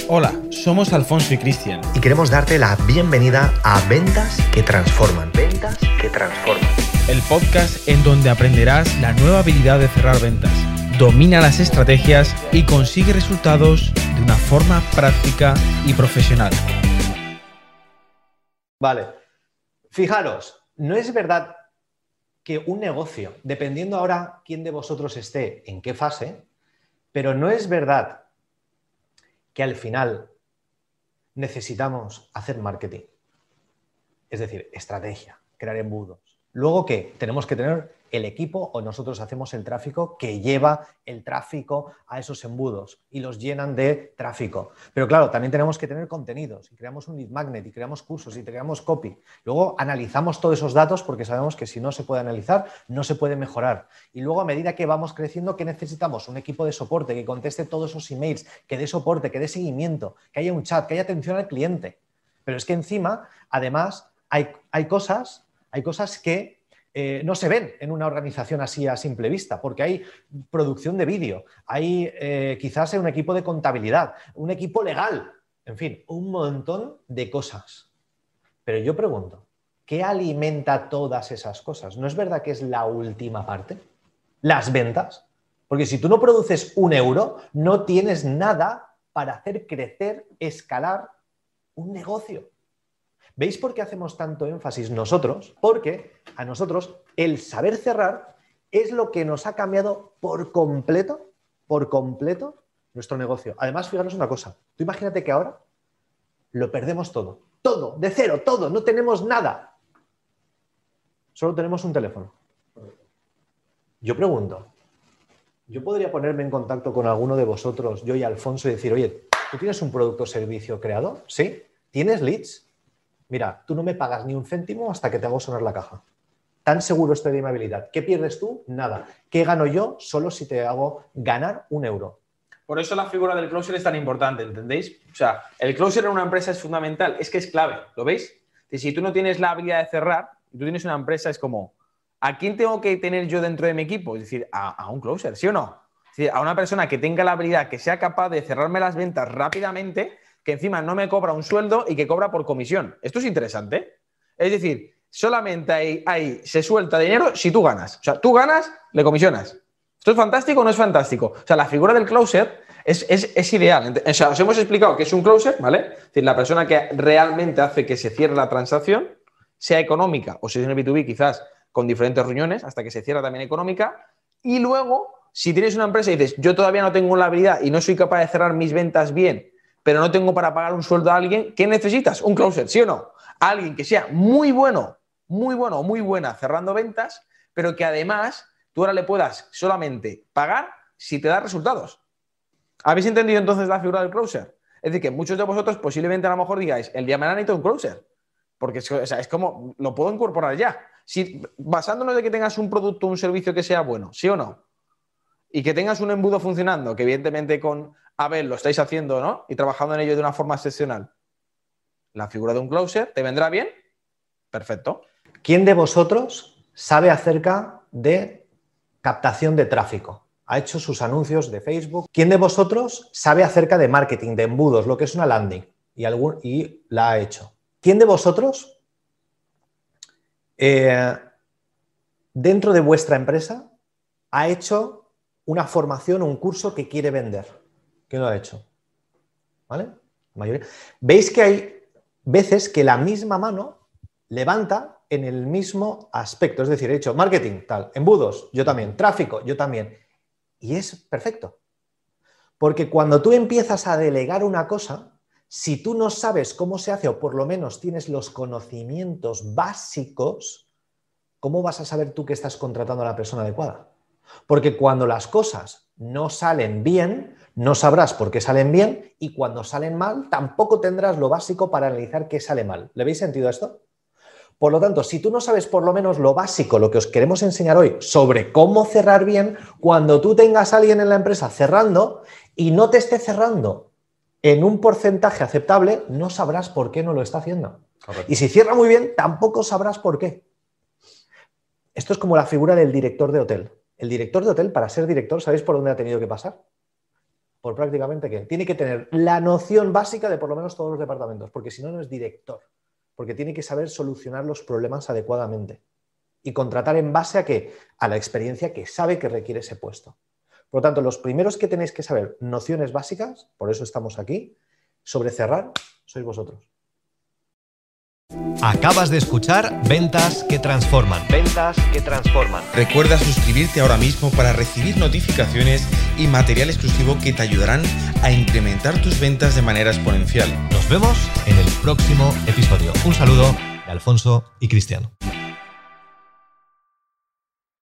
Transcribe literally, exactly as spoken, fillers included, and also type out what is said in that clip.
Hola, somos Alfonso y Cristian. Y queremos darte la bienvenida a Ventas que Transforman. Ventas que Transforman. El podcast en donde aprenderás la nueva habilidad de cerrar ventas. Domina las estrategias y consigue resultados de una forma práctica y profesional. Vale. Fijaros, no es verdad que un negocio, dependiendo ahora quién de vosotros esté en qué fase, pero no es verdad que al final necesitamos hacer marketing. Es decir, estrategia, crear embudos. Luego, ¿qué? Tenemos que tener el equipo o nosotros hacemos el tráfico que lleva el tráfico a esos embudos y los llenan de tráfico. Pero claro, también tenemos que tener contenidos y creamos un lead magnet y creamos cursos y creamos copy. Luego analizamos todos esos datos porque sabemos que si no se puede analizar, no se puede mejorar. Y luego a medida que vamos creciendo, ¿qué necesitamos? Un equipo de soporte que conteste todos esos emails, que dé soporte, que dé seguimiento, que haya un chat, que haya atención al cliente. Pero es que encima, además, hay, hay cosas... Hay cosas que eh, no se ven en una organización así a simple vista, porque hay producción de vídeo, hay eh, quizás un equipo de contabilidad, un equipo legal, en fin, un montón de cosas. Pero yo pregunto, ¿qué alimenta todas esas cosas? ¿No es verdad que es la última parte? Las ventas. Porque si tú no produces un euro, no tienes nada para hacer crecer, escalar un negocio. ¿Veis por qué hacemos tanto énfasis nosotros? Porque a nosotros el saber cerrar es lo que nos ha cambiado por completo, por completo, nuestro negocio. Además, fijaros una cosa. Tú imagínate que ahora lo perdemos todo. Todo, de cero, todo. No tenemos nada. Solo tenemos un teléfono. Yo pregunto, ¿yo podría ponerme en contacto con alguno de vosotros, yo y Alfonso, y decir, oye, ¿tú tienes un producto o servicio creado? ¿Sí? ¿Tienes leads? Mira, tú no me pagas ni un céntimo hasta que te hago sonar la caja. Tan seguro estoy de mi habilidad. ¿Qué pierdes tú? Nada. ¿Qué gano yo? Solo si te hago ganar un euro. Por eso la figura del closer es tan importante, ¿entendéis? O sea, el closer en una empresa es fundamental, es que es clave, ¿lo veis? Si tú no tienes la habilidad de cerrar, y tú tienes una empresa, es como, ¿a quién tengo que tener yo dentro de mi equipo? Es decir, a, a un closer, ¿sí o no? Es decir, a una persona que tenga la habilidad, que sea capaz de cerrarme las ventas rápidamente, que encima no me cobra un sueldo y que cobra por comisión. Esto es interesante. Es decir, solamente ahí, ahí se suelta dinero si tú ganas. O sea, tú ganas, le comisionas. ¿Esto es fantástico o no es fantástico? O sea, la figura del closer es, es, es ideal. O sea, os hemos explicado que es un closer, ¿vale? Es decir, la persona que realmente hace que se cierre la transacción, sea económica o si es en el B dos B quizás con diferentes reuniones hasta que se cierra también económica. Y luego, si tienes una empresa y dices, yo todavía no tengo la habilidad y no soy capaz de cerrar mis ventas bien, pero no tengo para pagar un sueldo a alguien, ¿qué necesitas? Un closer, ¿sí o no? Alguien que sea muy bueno, muy bueno o muy buena cerrando ventas, pero que además tú ahora le puedas solamente pagar si te da resultados. ¿Habéis entendido entonces la figura del closer? Es decir, que muchos de vosotros posiblemente a lo mejor digáis, el día de mañana necesito un closer, porque es, o sea, es como, lo puedo incorporar ya. Si, basándonos de que tengas un producto o un servicio que sea bueno, ¿sí o no? Y que tengas un embudo funcionando, que evidentemente con Abel lo estáis haciendo, ¿no? Y trabajando en ello de una forma excepcional. La figura de un closer, ¿te vendrá bien? Perfecto. ¿Quién de vosotros sabe acerca de captación de tráfico? Ha hecho sus anuncios de Facebook. ¿Quién de vosotros sabe acerca de marketing, de embudos, lo que es una landing? Y, algún, y la ha hecho. ¿Quién de vosotros, eh, dentro de vuestra empresa, ha hecho una formación o un curso que quiere vender? ¿Quién lo ha hecho? ¿Vale? La mayoría. Veis que hay veces que la misma mano levanta en el mismo aspecto. Es decir, he hecho marketing, tal, embudos, yo también, tráfico, yo también. Y es perfecto. Porque cuando tú empiezas a delegar una cosa, si tú no sabes cómo se hace o por lo menos tienes los conocimientos básicos, ¿cómo vas a saber tú que estás contratando a la persona adecuada? Porque cuando las cosas no salen bien, no sabrás por qué salen bien y cuando salen mal, tampoco tendrás lo básico para analizar qué sale mal. ¿Le veis sentido a esto? Por lo tanto, si tú no sabes por lo menos lo básico, lo que os queremos enseñar hoy sobre cómo cerrar bien, cuando tú tengas a alguien en la empresa cerrando y no te esté cerrando en un porcentaje aceptable, no sabrás por qué no lo está haciendo. Correcto. Y si cierra muy bien, tampoco sabrás por qué. Esto es como la figura del director de hotel. El director de hotel, para ser director, ¿sabéis por dónde ha tenido que pasar? Por prácticamente que tiene que tener la noción básica de por lo menos todos los departamentos, porque si no, no es director, porque tiene que saber solucionar los problemas adecuadamente y contratar en base a qué, a la experiencia que sabe que requiere ese puesto. Por lo tanto, los primeros que tenéis que saber nociones básicas, por eso estamos aquí, sobre cerrar, sois vosotros. Acabas de escuchar Ventas que Transforman. Ventas que Transforman. Recuerda suscribirte ahora mismo para recibir notificaciones y material exclusivo que te ayudarán a incrementar tus ventas de manera exponencial. Nos vemos en el próximo episodio. Un saludo de Alfonso y Cristiano.